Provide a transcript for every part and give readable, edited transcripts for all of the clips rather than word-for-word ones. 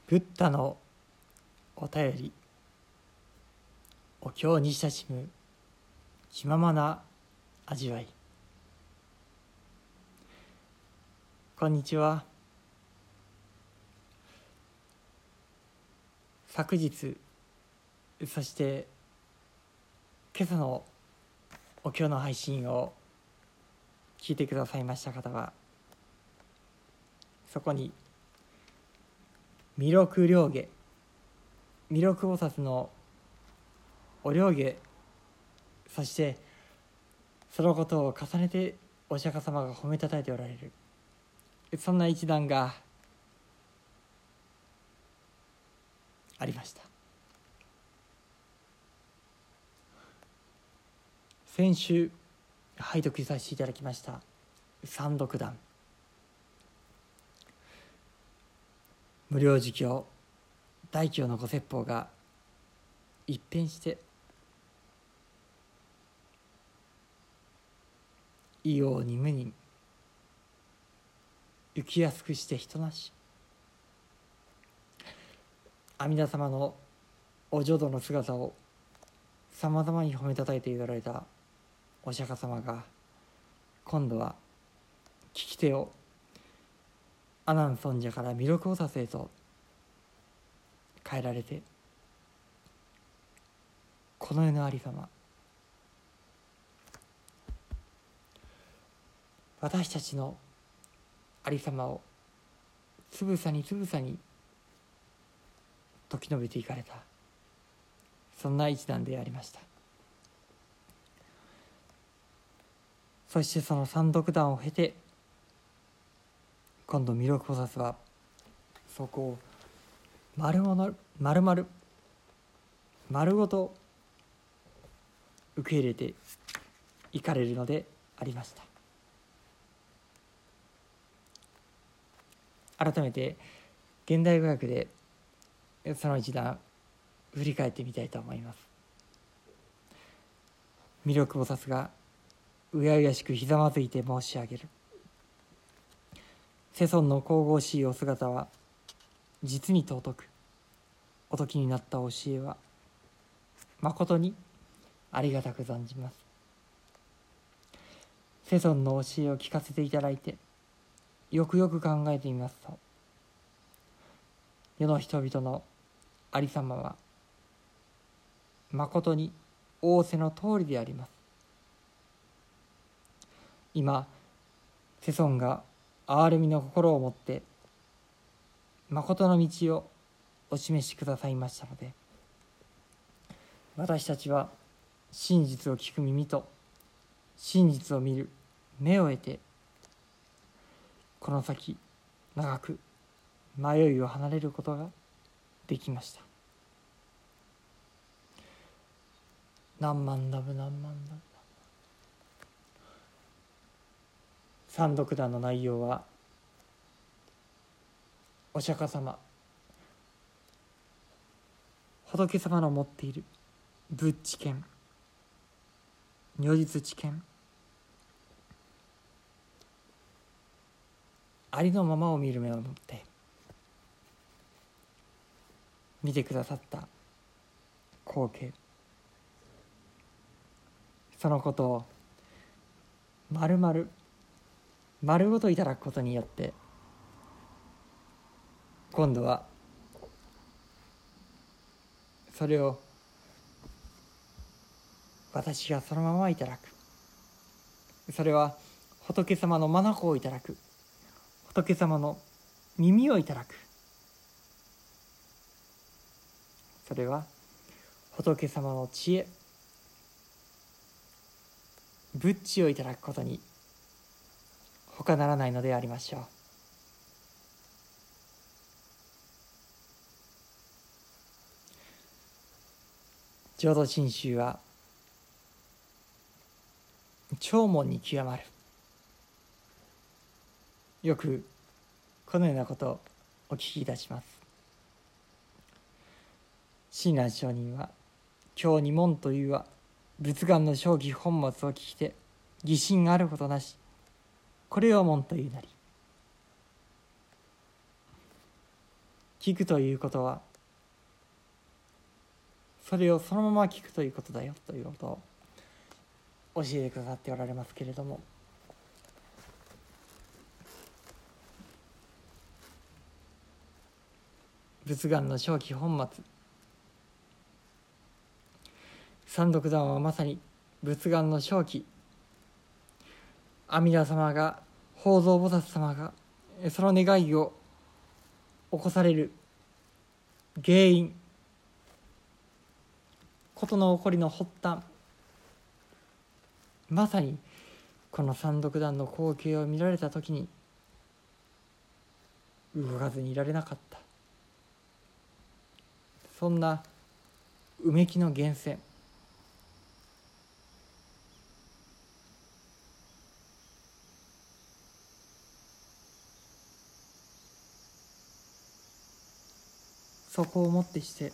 ブッダのお便り、お経に親しむ気ままな味わい。こんにちは。昨日、そして今朝のお経の配信を聞いてくださいました方は、そこに弥勒両下、弥勒菩薩のお両下、そしてそのことを重ねてお釈迦様が褒めたたえておられる、そんな一段がありました。先週拝読させていただきました三読段、無量寿経大経のご説法が一変して異様に無に行きやすくして人なし、阿弥陀様のお浄土の姿をさまざまに褒めたたえていられたお釈迦様が、今度は聞き手を阿南尊者から弥勒菩薩へと変えられて、この世のありさま、私たちのありさまをつぶさにつぶさに説き述べていかれた、そんな一段でありました。そしてその三読段を経て、今度弥勒菩薩はそこを丸ごと受け入れていかれるのでありました。改めて現代語訳でその一段振り返ってみたいと思います。弥勒菩薩がうやうやしくひざまずいて申し上げる。世尊の神々しいお姿は実に尊く、お説きになった教えは誠にありがたく存じます。世尊の教えを聞かせていただいて、よくよく考えてみますと、世の人々のありさまは誠に仰せの通りであります。今世尊が憐れみの心を持って誠の道をお示しくださいましたので、私たちは真実を聞く耳と真実を見る目を得て、この先長く迷いを離れることができました。何万ダブ何万ダブ。三読段の内容は、お釈迦様、仏様の持っている仏知見、如実知見、ありのままを見る目を持って見てくださった光景、そのことを丸ごといただくことによって、今度はそれを私がそのままいただく。それは仏様の眼をいただく、仏様の耳をいただく。それは仏様の知恵、仏知をいただくことに他ならないのでありましょう。浄土真宗は長門に極まる。よくこのようなことをお聞きいたします。親鸞上人は、経に門というは仏願の正義本末を聞きて疑心あることなし、これを門というなり。 聞くということはそれをそのまま聞くということだよということを教えてくださっておられますけれども、仏願の正気本末、三独断はまさに仏願の正気、阿弥陀様が法蔵菩薩様がその願いを起こされる原因、事の起こりの発端、まさにこの三独断の光景を見られた時に動かずにいられなかった、そんなうめきの源泉、そこをもってして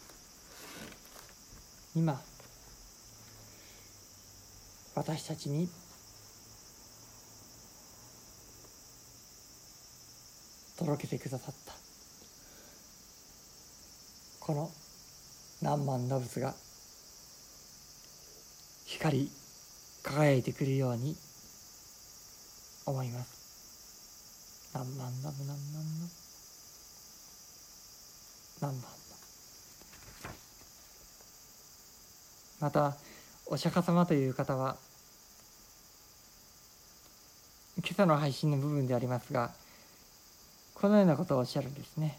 今私たちに届けてくださったこの何万の仏が光り輝いてくるように思います。何万の仏、何万の何万の。またお釈迦様という方は今朝の配信の部分でありますが、このようなことをおっしゃるんですね。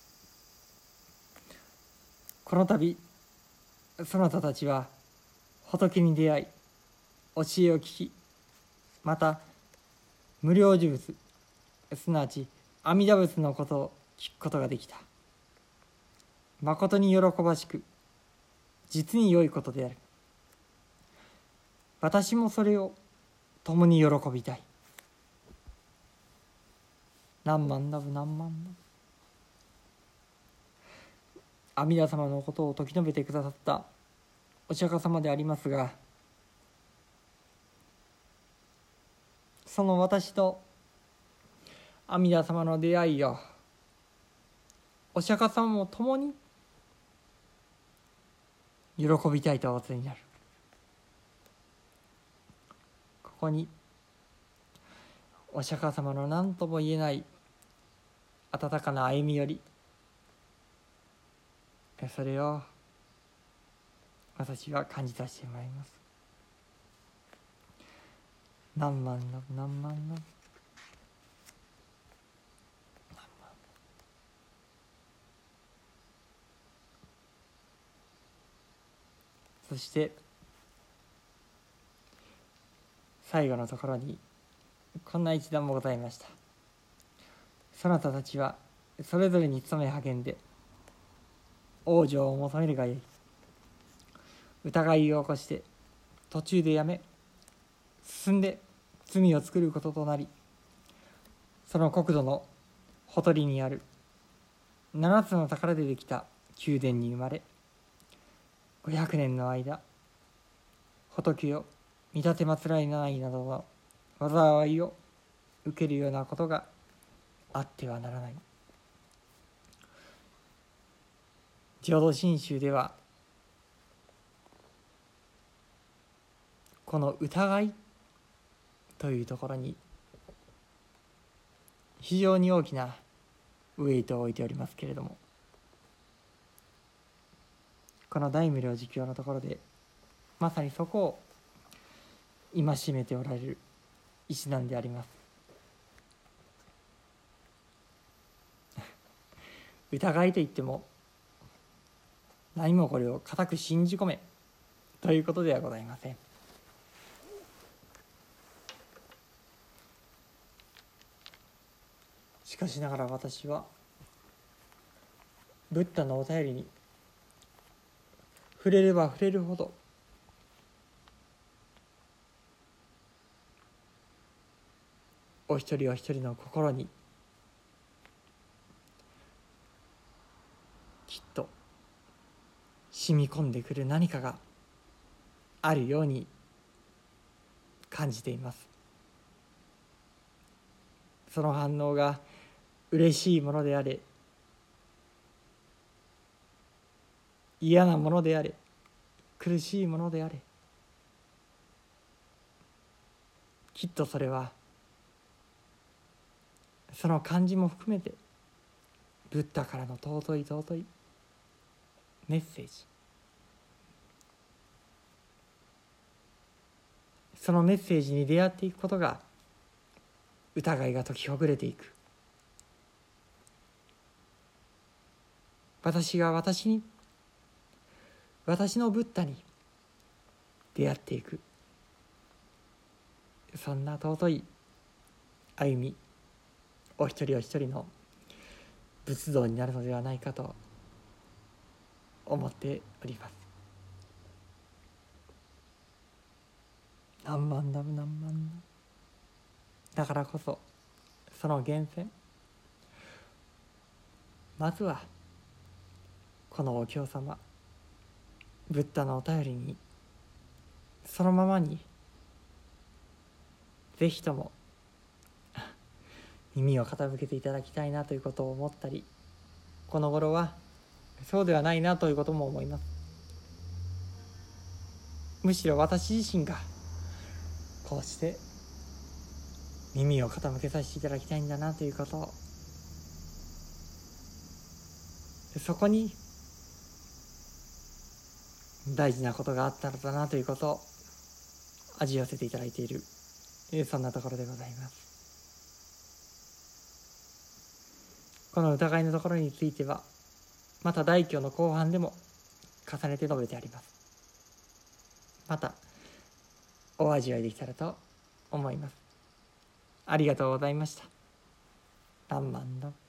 この度そなたたちは仏に出会い教えを聞き、また無量寿仏、すなわち阿弥陀仏のことを聞くことができた。まことに喜ばしく実に良いことである。私もそれを共に喜びたい。何万の部何万の阿弥陀様のことを説き述べてくださったお釈迦様でありますが、その私と阿弥陀様の出会いをお釈迦様も共に喜びたいとお告げになる。ここにお釈迦様の何とも言えない温かな歩み寄り、それを私は感じさせてもらいます。何万の何万のそして最後のところにこんな一段もございました。そなたたちはそれぞれに勤め励んで往生を求めるがよい。疑いを起こして途中でやめ進んで罪を作ることとなり、その国土のほとりにある7つの宝でできた宮殿に生まれ、500年の間仏を見立てまつらいないなどの災いを受けるようなことがあってはならない。浄土真宗ではこの疑いというところに非常に大きなウェイトを置いておりますけれども、この大無量寿経のところでまさにそこを戒めておられる一段であります。疑いといっても何もこれを固く信じ込めということではございません。しかしながら私はブッダのお便りに触れれば触れるほどお一人お一人の心にきっと染み込んでくる何かがあるように感じています。その反応が嬉しいものであれ嫌なものであれ、苦しいものであれ、きっとそれはその漢字も含めてブッダからの尊い尊いメッセージ、そのメッセージに出会っていくことが疑いが解きほぐれていく。私が私のブッダに出会っていく、そんな尊い歩み、お一人お一人の仏像になるのではないかと思っております。何万だ何万だからこそ、その源泉、まずはこのお経様、ブッダのお便りにそのままにぜひとも耳を傾けていただきたいなということを思ったり、この頃はそうではないなということも思います。むしろ私自身がこうして耳を傾けさせていただきたいんだなということを、そこに大事なことがあったのだなということを味わわせていただいている、そんなところでございます。この疑いのところについてはまた大経の後半でも重ねて述べてあります。またお味わいできたらと思います。ありがとうございました。何万だ。